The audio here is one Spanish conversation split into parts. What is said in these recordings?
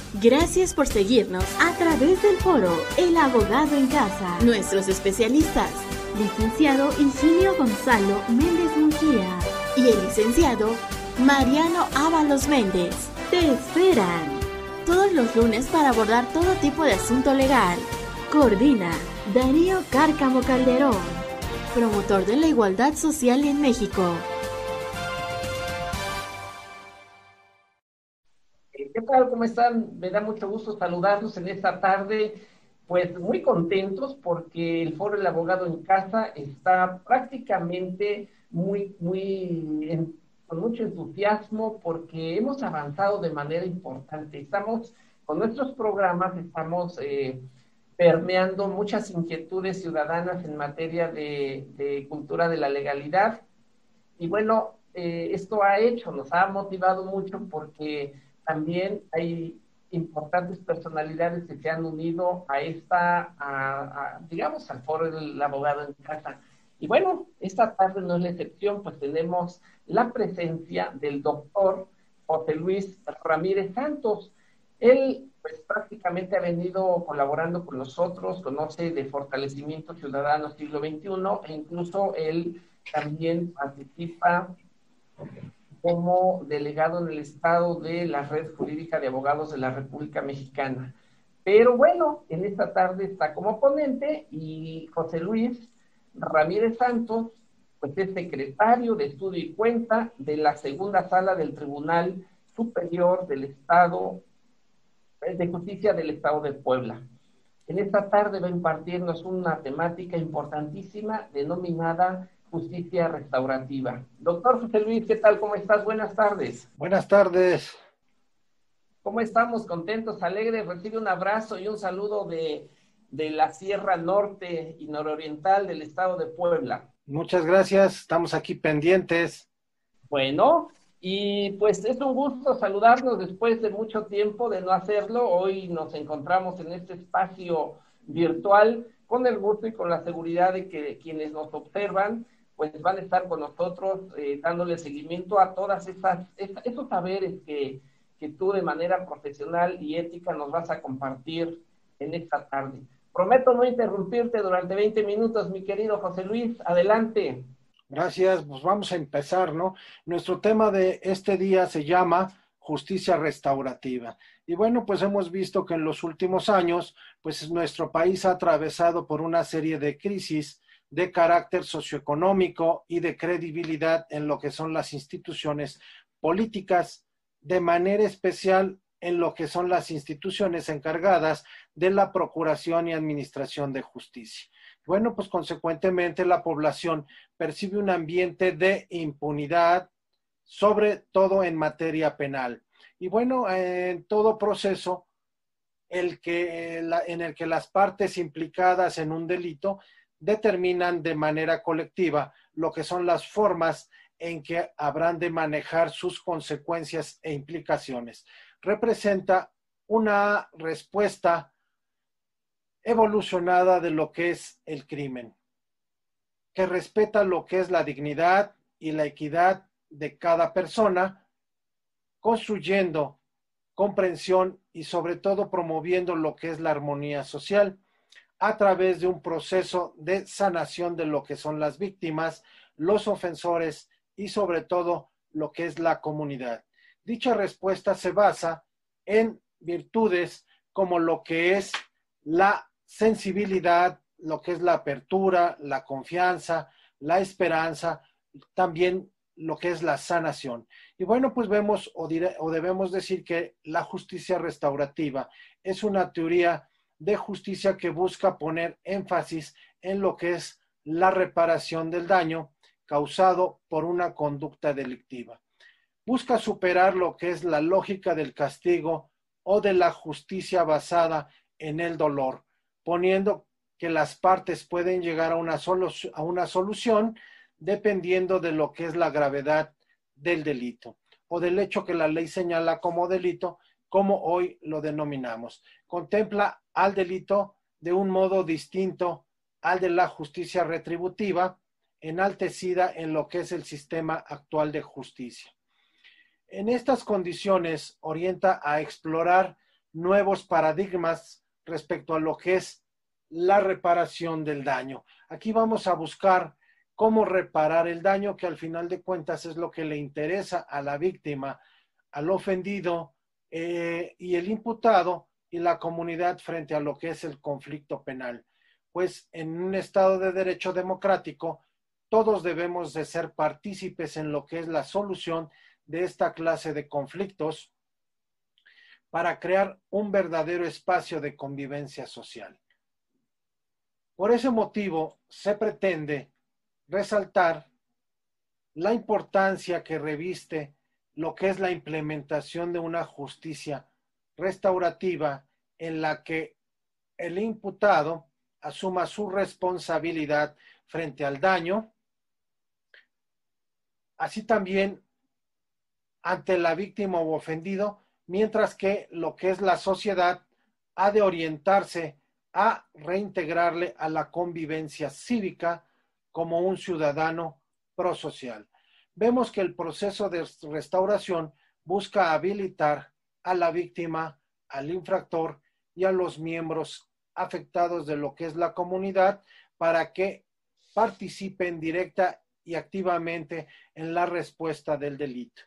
Gracias por seguirnos a través del foro El Abogado en Casa. Nuestros especialistas, licenciado Higinio Gonzalo Méndez Mujía y el licenciado Mariano Ábalos Méndez, te esperan todos los lunes para abordar todo tipo de asunto legal. Coordina Darío Cárcamo Calderón, promotor de la igualdad social en México. ¿Qué tal? ¿Cómo están? Me da mucho gusto saludarlos en esta tarde, pues muy contentos porque el Foro El Abogado en Casa está prácticamente con mucho entusiasmo porque hemos avanzado de manera importante. Estamos, con nuestros programas, estamos permeando muchas inquietudes ciudadanas en materia de cultura de la legalidad. Y bueno, esto nos ha motivado mucho porque también hay importantes personalidades que se han unido digamos, al foro del abogado en casa. Y bueno, esta tarde no es la excepción, pues tenemos la presencia del doctor José Luis Ramírez Santos. Él, pues prácticamente ha venido colaborando con nosotros, conoce de fortalecimiento ciudadano siglo XXI e incluso él también participa como delegado en el estado de la Red Jurídica de Abogados de la República Mexicana. Pero bueno, en esta tarde está como ponente y José Luis Ramírez Santos, pues es secretario de Estudio y Cuenta de la segunda sala del Tribunal Superior del Estado de Justicia del Estado de Puebla. En esta tarde va a impartirnos una temática importantísima denominada justicia restaurativa. Doctor José Luis, ¿qué tal? ¿Cómo estás? Buenas tardes. Buenas tardes. ¿Cómo estamos? Contentos, alegres. Recibe un abrazo y un saludo de la Sierra Norte y Nororiental del Estado de Puebla. Muchas gracias. Estamos aquí pendientes. Bueno, y pues es un gusto saludarnos después de mucho tiempo de no hacerlo. Hoy nos encontramos en este espacio virtual con el gusto y con la seguridad de que quienes nos observan pues van a estar con nosotros dándole seguimiento a todas esos saberes que tú de manera profesional y ética nos vas a compartir en esta tarde. Prometo no interrumpirte durante 20 minutos, mi querido José Luis. Adelante. Gracias, pues vamos a empezar, ¿no? Nuestro tema de este día se llama justicia restaurativa. Y bueno, pues hemos visto que en los últimos años, pues nuestro país ha atravesado por una serie de crisis de carácter socioeconómico y de credibilidad en lo que son las instituciones políticas, de manera especial en lo que son las instituciones encargadas de la procuración y administración de justicia. Bueno, pues consecuentemente la población percibe un ambiente de impunidad, sobre todo en materia penal. Y bueno, en todo proceso en el que las partes implicadas en un delito determinan de manera colectiva lo que son las formas en que habrán de manejar sus consecuencias e implicaciones. Representa una respuesta evolucionada de lo que es el crimen, que respeta lo que es la dignidad y la equidad de cada persona, construyendo comprensión y sobre todo promoviendo lo que es la armonía social a través de un proceso de sanación de lo que son las víctimas, los ofensores y sobre todo lo que es la comunidad. Dicha respuesta se basa en virtudes como lo que es la sensibilidad, lo que es la apertura, la confianza, la esperanza, también lo que es la sanación. Y bueno, pues vemos o debemos decir que la justicia restaurativa es una teoría de justicia que busca poner énfasis en lo que es la reparación del daño causado por una conducta delictiva. Busca superar lo que es la lógica del castigo o de la justicia basada en el dolor, poniendo que las partes pueden llegar a una solución dependiendo de lo que es la gravedad del delito o del hecho que la ley señala como delito, como hoy lo denominamos. Contempla al delito de un modo distinto al de la justicia retributiva, enaltecida en lo que es el sistema actual de justicia. En estas condiciones orienta a explorar nuevos paradigmas respecto a lo que es la reparación del daño. Aquí vamos a buscar cómo reparar el daño, que al final de cuentas es lo que le interesa a la víctima, al ofendido y el imputado y la comunidad frente a lo que es el conflicto penal. Pues en un Estado de derecho democrático, todos debemos de ser partícipes en lo que es la solución de esta clase de conflictos para crear un verdadero espacio de convivencia social. Por ese motivo, se pretende resaltar la importancia que reviste lo que es la implementación de una justicia restaurativa en la que el imputado asuma su responsabilidad frente al daño, así también ante la víctima o ofendido, mientras que lo que es la sociedad ha de orientarse a reintegrarle a la convivencia cívica como un ciudadano prosocial. Vemos que el proceso de restauración busca habilitar a la víctima, al infractor y a los miembros afectados de lo que es la comunidad para que participen directa y activamente en la respuesta del delito,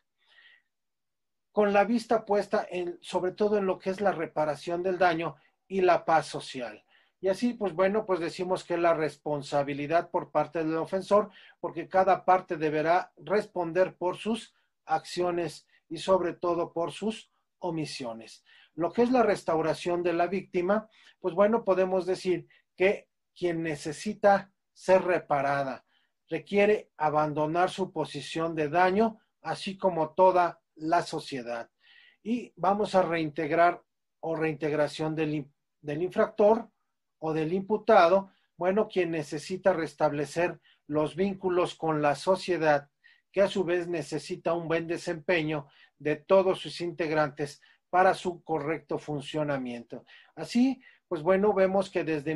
con la vista puesta sobre todo en lo que es la reparación del daño y la paz social. Y así, pues bueno, pues decimos que es la responsabilidad por parte del ofensor, porque cada parte deberá responder por sus acciones y sobre todo por sus omisiones. Lo que es la restauración de la víctima, pues bueno, podemos decir que quien necesita ser reparada requiere abandonar su posición de daño, así como toda la sociedad. Y vamos a reintegrar o reintegración del infractor o del imputado, bueno, quien necesita restablecer los vínculos con la sociedad, que a su vez necesita un buen desempeño de todos sus integrantes para su correcto funcionamiento. Así, pues bueno, vemos que desde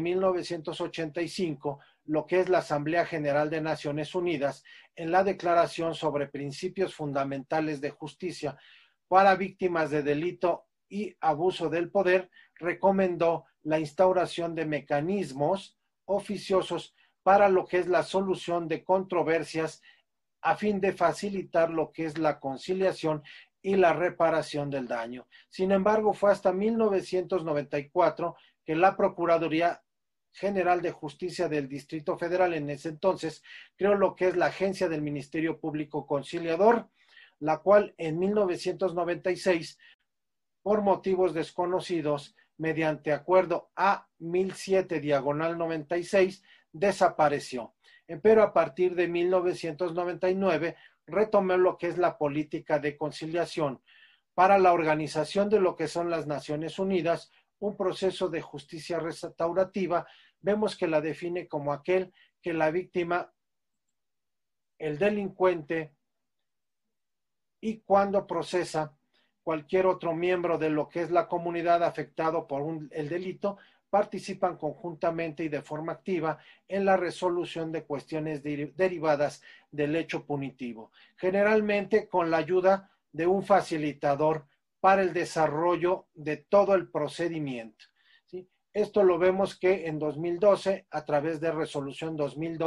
1985, lo que es la Asamblea General de Naciones Unidas, en la Declaración sobre Principios Fundamentales de Justicia para Víctimas de Delito y Abuso del Poder, recomendó la instauración de mecanismos oficiosos para lo que es la solución de controversias a fin de facilitar lo que es la conciliación y la reparación del daño. Sin embargo, fue hasta 1994 que la Procuraduría General de Justicia del Distrito Federal, en ese entonces, creó lo que es la Agencia del Ministerio Público Conciliador, la cual en 1996, por motivos desconocidos, mediante acuerdo A1007/96, desapareció. Pero a partir de 1999 retomó lo que es la política de conciliación para la organización de lo que son las Naciones Unidas, un proceso de justicia restaurativa. Vemos que la define como aquel que la víctima, el delincuente y cuando procesa cualquier otro miembro de lo que es la comunidad afectado por el delito, participan conjuntamente y de forma activa en la resolución de cuestiones derivadas del hecho punitivo, generalmente con la ayuda de un facilitador para el desarrollo de todo el procedimiento, ¿sí? Esto lo vemos que en 2012, a través de resolución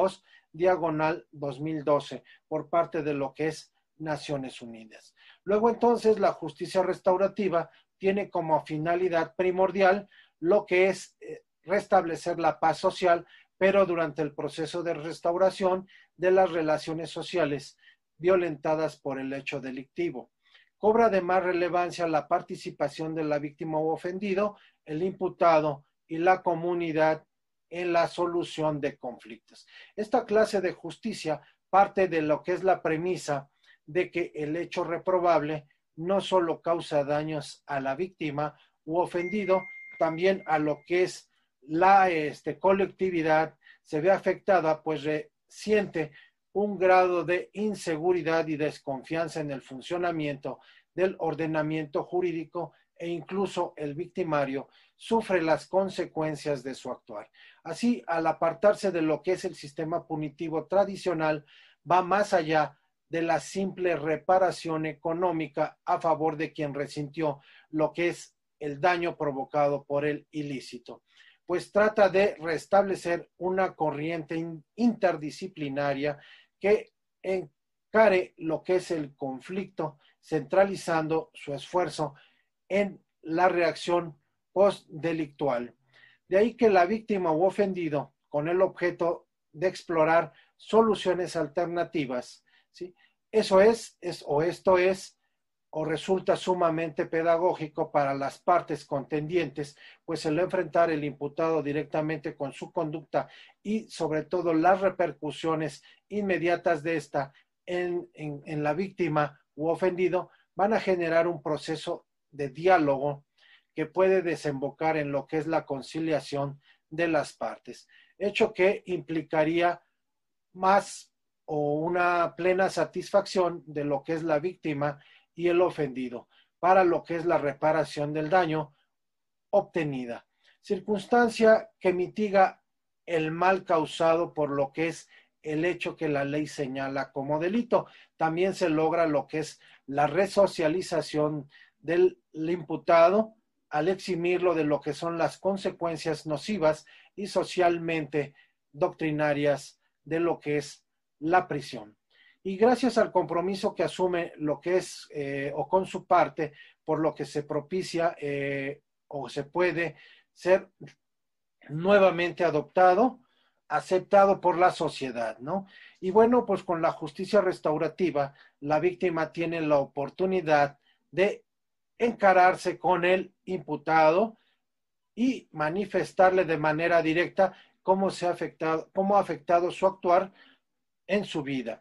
2002/2012, por parte de lo que es Naciones Unidas. Luego entonces la justicia restaurativa tiene como finalidad primordial lo que es restablecer la paz social, pero durante el proceso de restauración de las relaciones sociales violentadas por el hecho delictivo. Cobra de más relevancia la participación de la víctima o ofendido, el imputado y la comunidad en la solución de conflictos. Esta clase de justicia parte de lo que es la premisa de que el hecho reprobable no solo causa daños a la víctima u ofendido, también a lo que es la colectividad se ve afectada, pues siente un grado de inseguridad y desconfianza en el funcionamiento del ordenamiento jurídico e incluso el victimario sufre las consecuencias de su actuar. Así, al apartarse de lo que es el sistema punitivo tradicional, va más allá de la simple reparación económica a favor de quien resintió lo que es el daño provocado por el ilícito, pues trata de restablecer una corriente interdisciplinaria que encare lo que es el conflicto, centralizando su esfuerzo en la reacción postdelictual. De ahí que la víctima u ofendido, con el objeto de explorar soluciones alternativas, ¿sí? Eso o resulta sumamente pedagógico para las partes contendientes, pues el enfrentar el imputado directamente con su conducta y sobre todo las repercusiones inmediatas de esta en la víctima u ofendido van a generar un proceso de diálogo que puede desembocar en lo que es la conciliación de las partes, hecho que implicaría más o una plena satisfacción de lo que es la víctima y el ofendido para lo que es la reparación del daño obtenida, circunstancia que mitiga el mal causado por lo que es el hecho que la ley señala como delito. También se logra lo que es la resocialización del imputado al eximirlo de lo que son las consecuencias nocivas y socialmente doctrinarias de lo que es la prisión. Y gracias al compromiso que asume lo que es o con su parte, por lo que se propicia o se puede ser nuevamente adoptado, aceptado por la sociedad, ¿no? Y bueno, pues con la justicia restaurativa, la víctima tiene la oportunidad de encararse con el imputado y manifestarle de manera directa cómo ha afectado su actuar en su vida.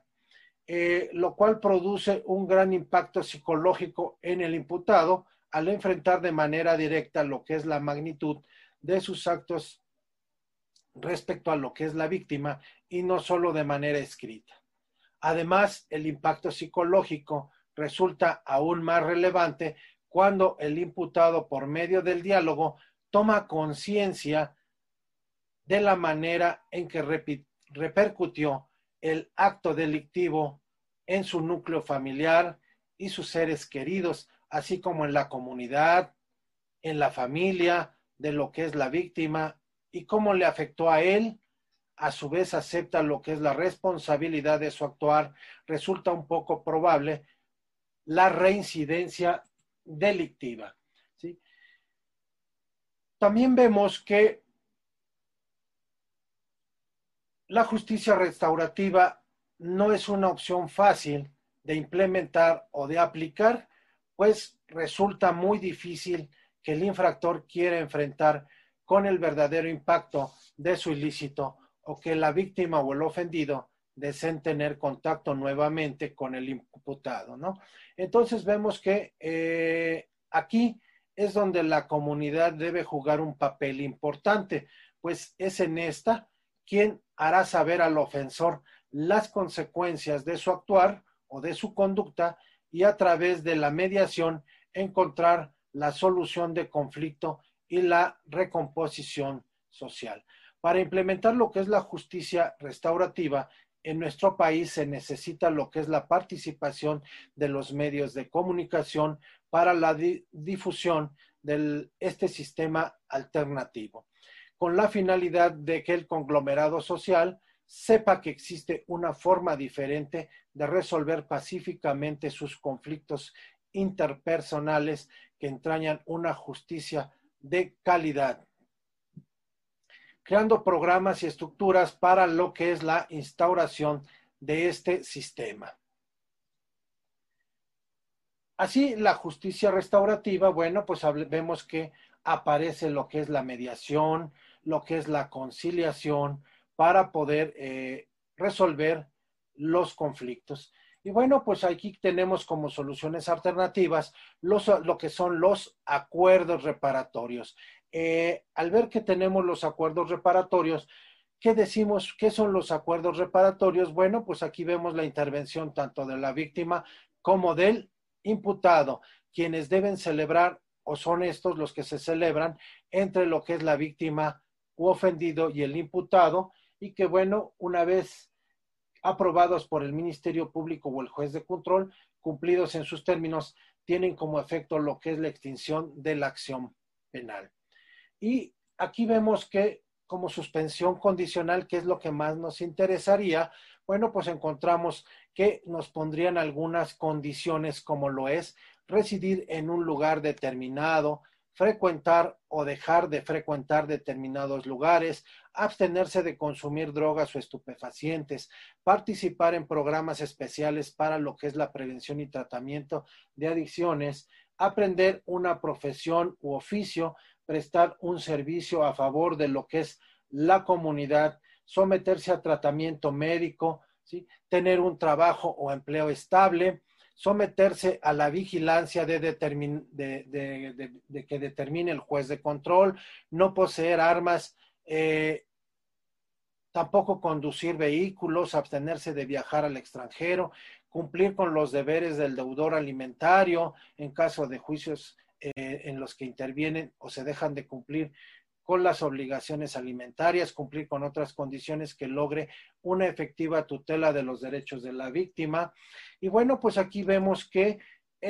Lo cual produce un gran impacto psicológico en el imputado al enfrentar de manera directa lo que es la magnitud de sus actos respecto a lo que es la víctima y no solo de manera escrita. Además, el impacto psicológico resulta aún más relevante cuando el imputado, por medio del diálogo, toma conciencia de la manera en que repercutió el acto delictivo en su núcleo familiar y sus seres queridos, así como en la comunidad, en la familia de lo que es la víctima y cómo le afectó a él. A su vez acepta lo que es la responsabilidad de su actuar. Resulta un poco probable la reincidencia delictiva, ¿sí? También vemos que la justicia restaurativa no es una opción fácil de implementar o de aplicar, pues resulta muy difícil que el infractor quiera enfrentar con el verdadero impacto de su ilícito o que la víctima o el ofendido deseen tener contacto nuevamente con el imputado, ¿no? Entonces vemos que aquí es donde la comunidad debe jugar un papel importante, pues es en esta quien hará saber al ofensor las consecuencias de su actuar o de su conducta y a través de la mediación encontrar la solución de conflicto y la recomposición social. Para implementar lo que es la justicia restaurativa, en nuestro país se necesita lo que es la participación de los medios de comunicación para la difusión de este sistema alternativo, con la finalidad de que el conglomerado social sepa que existe una forma diferente de resolver pacíficamente sus conflictos interpersonales que entrañan una justicia de calidad, creando programas y estructuras para lo que es la instauración de este sistema. Así, la justicia restaurativa, bueno, pues vemos que aparece lo que es la mediación, lo que es la conciliación para poder resolver los conflictos. Y bueno, pues aquí tenemos como soluciones alternativas lo que son los acuerdos reparatorios. Al ver que tenemos los acuerdos reparatorios, ¿qué decimos? ¿Qué son los acuerdos reparatorios? Bueno, pues aquí vemos la intervención tanto de la víctima como del imputado, quienes deben celebrar, o son estos los que se celebran entre lo que es la víctima u ofendido y el imputado, y que bueno, una vez aprobados por el Ministerio Público o el juez de control, cumplidos en sus términos, tienen como efecto lo que es la extinción de la acción penal. Y aquí vemos que como suspensión condicional, que es lo que más nos interesaría, bueno, pues encontramos que nos pondrían algunas condiciones como lo es residir en un lugar determinado, frecuentar o dejar de frecuentar determinados lugares, abstenerse de consumir drogas o estupefacientes, participar en programas especiales para lo que es la prevención y tratamiento de adicciones, aprender una profesión u oficio, prestar un servicio a favor de lo que es la comunidad, someterse a tratamiento médico, ¿sí? Tener un trabajo o empleo estable, someterse a la vigilancia de que determine el juez de control, no poseer armas, tampoco conducir vehículos, abstenerse de viajar al extranjero, cumplir con los deberes del deudor alimentario en caso de juicios en los que intervienen o se dejan de cumplir con las obligaciones alimentarias, cumplir con otras condiciones que logre una efectiva tutela de los derechos de la víctima. Y bueno, pues aquí vemos que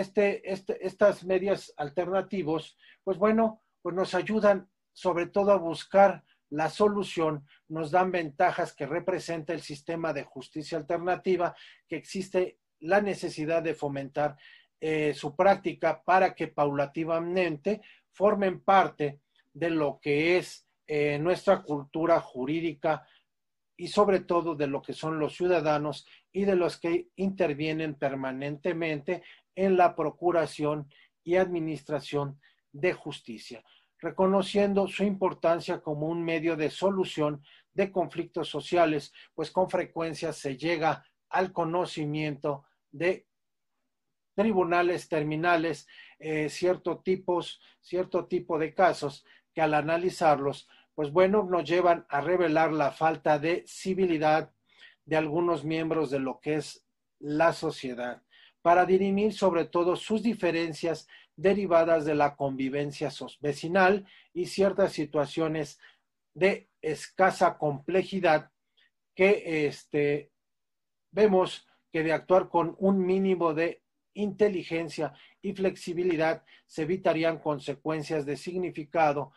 estas medidas alternativos, pues bueno, pues nos ayudan sobre todo a buscar la solución, nos dan ventajas que representa el sistema de justicia alternativa, que existe la necesidad de fomentar su práctica para que paulativamente formen parte de lo que es nuestra cultura jurídica y sobre todo de lo que son los ciudadanos y de los que intervienen permanentemente en la procuración y administración de justicia, reconociendo su importancia como un medio de solución de conflictos sociales, pues con frecuencia se llega al conocimiento de tribunales terminales, cierto tipo de casos que al analizarlos, pues bueno, nos llevan a revelar la falta de civilidad de algunos miembros de lo que es la sociedad, para dirimir sobre todo sus diferencias derivadas de la convivencia vecinal y ciertas situaciones de escasa complejidad que vemos que de actuar con un mínimo de inteligencia y flexibilidad se evitarían consecuencias de significado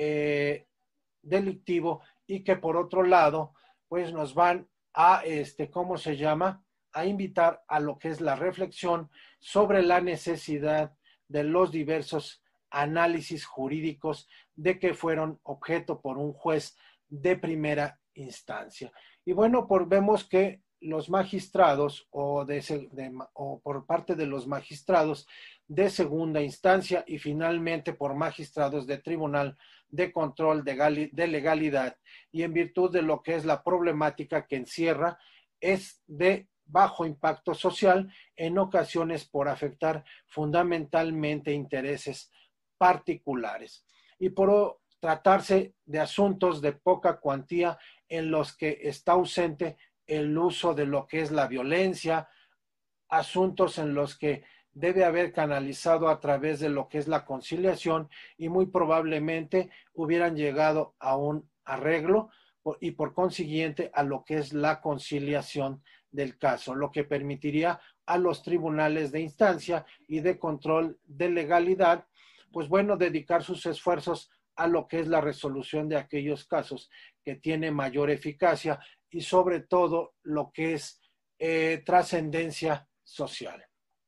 delictivo y que por otro lado pues nos van a ¿cómo se llama? A invitar a lo que es la reflexión sobre la necesidad de los diversos análisis jurídicos de que fueron objeto por un juez de primera instancia. Y bueno, vemos que los magistrados o por parte de los magistrados de segunda instancia y finalmente por magistrados de tribunal de control de legalidad y en virtud de lo que es la problemática que encierra es de bajo impacto social, en ocasiones por afectar fundamentalmente intereses particulares y por tratarse de asuntos de poca cuantía en los que está ausente el uso de lo que es la violencia, asuntos en los que debe haber canalizado a través de lo que es la conciliación y muy probablemente hubieran llegado a un arreglo y por consiguiente a lo que es la conciliación del caso, lo que permitiría a los tribunales de instancia y de control de legalidad, pues bueno, dedicar sus esfuerzos a lo que es la resolución de aquellos casos que tiene mayor eficacia y sobre todo lo que es trascendencia social.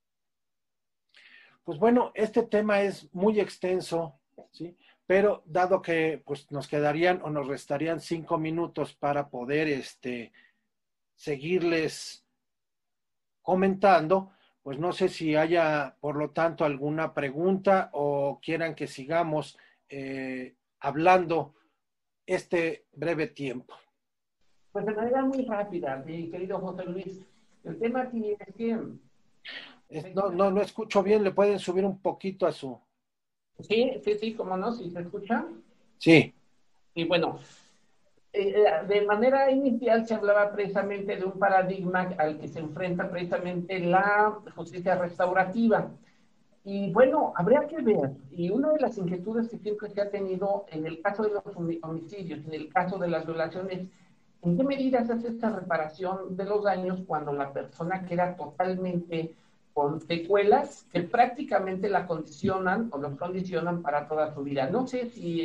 Pues bueno, este tema es muy extenso, ¿sí? Pero dado que pues, nos quedarían o nos restarían 5 minutos para poder seguirles comentando, pues no sé si haya, por lo tanto, alguna pregunta o quieran que sigamos hablando este breve tiempo. Pues de manera muy rápida, mi querido José Luis, el tema aquí es que... No escucho bien, ¿le pueden subir un poquito a su...? Sí, cómo no, ¿sí se escucha? Sí. Y bueno, de manera inicial se hablaba precisamente de un paradigma al que se enfrenta precisamente la justicia restaurativa. Y bueno, habría que ver, y una de las inquietudes que siempre se ha tenido en el caso de los homicidios, en el caso de las violaciones, ¿en qué medida se hace esta reparación de los daños cuando la persona queda totalmente con secuelas que prácticamente la condicionan o los condicionan para toda su vida. No sé si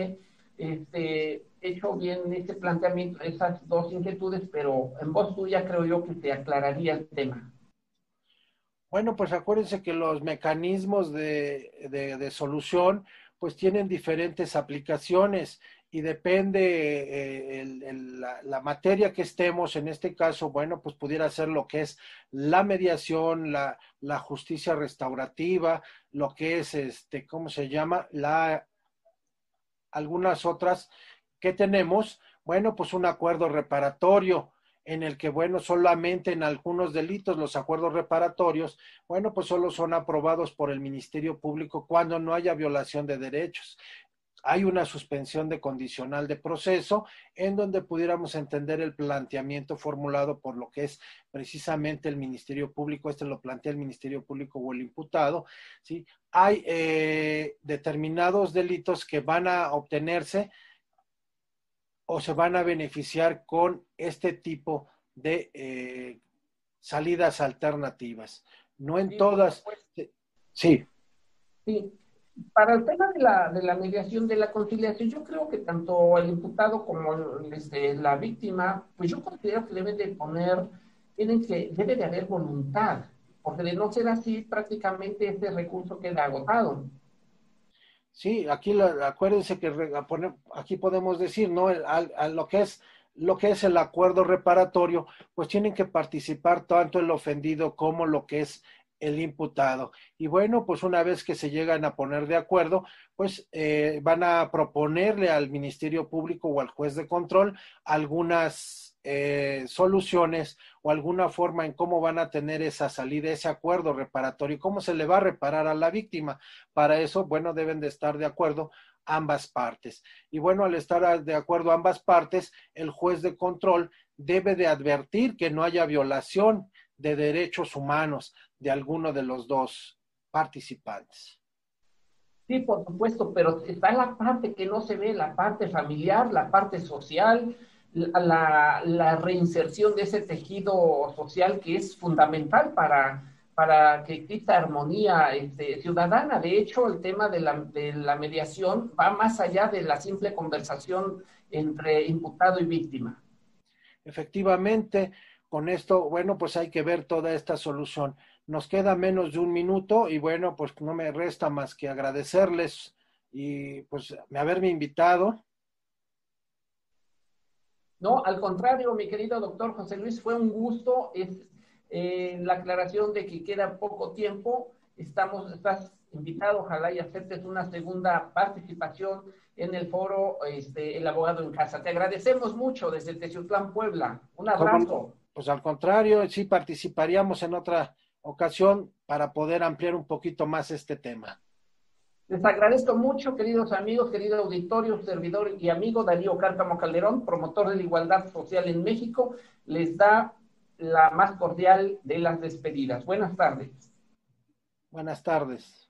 hecho bien este planteamiento, esas dos inquietudes, pero en voz tuya creo yo que te aclararía el tema. Bueno, pues acuérdense que los mecanismos de solución pues tienen diferentes aplicaciones y depende la materia que estemos, en este caso, bueno, pues pudiera ser lo que es la mediación, la justicia restaurativa, lo que es, ¿cómo se llama? Algunas otras que tenemos, bueno, pues un acuerdo reparatorio en el que, bueno, solamente en algunos delitos los acuerdos reparatorios, bueno, pues solo son aprobados por el Ministerio Público cuando no haya violación de derechos. Hay una suspensión de condicional de proceso en donde pudiéramos entender el planteamiento formulado por lo que es precisamente el Ministerio Público, lo plantea el Ministerio Público o el imputado, ¿sí? Hay determinados delitos que van a obtenerse o se van a beneficiar con este tipo de salidas alternativas. No en todas. Sí. Sí. Para el tema de la mediación, de la conciliación, yo creo que tanto el imputado como la víctima, pues yo considero que debe de haber voluntad, porque de no ser así, prácticamente este recurso queda agotado. Sí, acuérdense que aquí podemos decir, ¿no? Lo que es el acuerdo reparatorio, pues tienen que participar tanto el ofendido como lo que es el imputado. Y bueno, pues una vez que se llegan a poner de acuerdo, pues van a proponerle al Ministerio Público o al juez de control algunas soluciones o alguna forma en cómo van a tener esa salida, ese acuerdo reparatorio, cómo se le va a reparar a la víctima. Para eso, bueno, deben de estar de acuerdo ambas partes. Y bueno, al estar de acuerdo ambas partes, el juez de control debe de advertir que no haya violación de derechos humanos de alguno de los dos participantes. Sí, por supuesto, pero está la parte que no se ve, la parte familiar, la parte social, la reinserción de ese tejido social que es fundamental para que exista armonía ciudadana. De hecho, el tema de la mediación va más allá de la simple conversación entre imputado y víctima. Efectivamente, con esto, bueno, pues hay que ver toda esta solución. Nos queda menos de un minuto y bueno, pues no me resta más que agradecerles y pues haberme invitado. No, al contrario, mi querido doctor José Luis, fue un gusto. La aclaración de que queda poco tiempo. Estás invitado, ojalá y aceptes una segunda participación en el foro El Abogado en Casa. Te agradecemos mucho desde Teciutlán, Puebla. Un abrazo. Pues al contrario, sí participaríamos en otra ocasión para poder ampliar un poquito más este tema. Les agradezco mucho, queridos amigos, querido auditorio, servidor y amigo Darío Cárcamo Calderón, promotor de la igualdad social en México, les da la más cordial de las despedidas. Buenas tardes. Buenas tardes.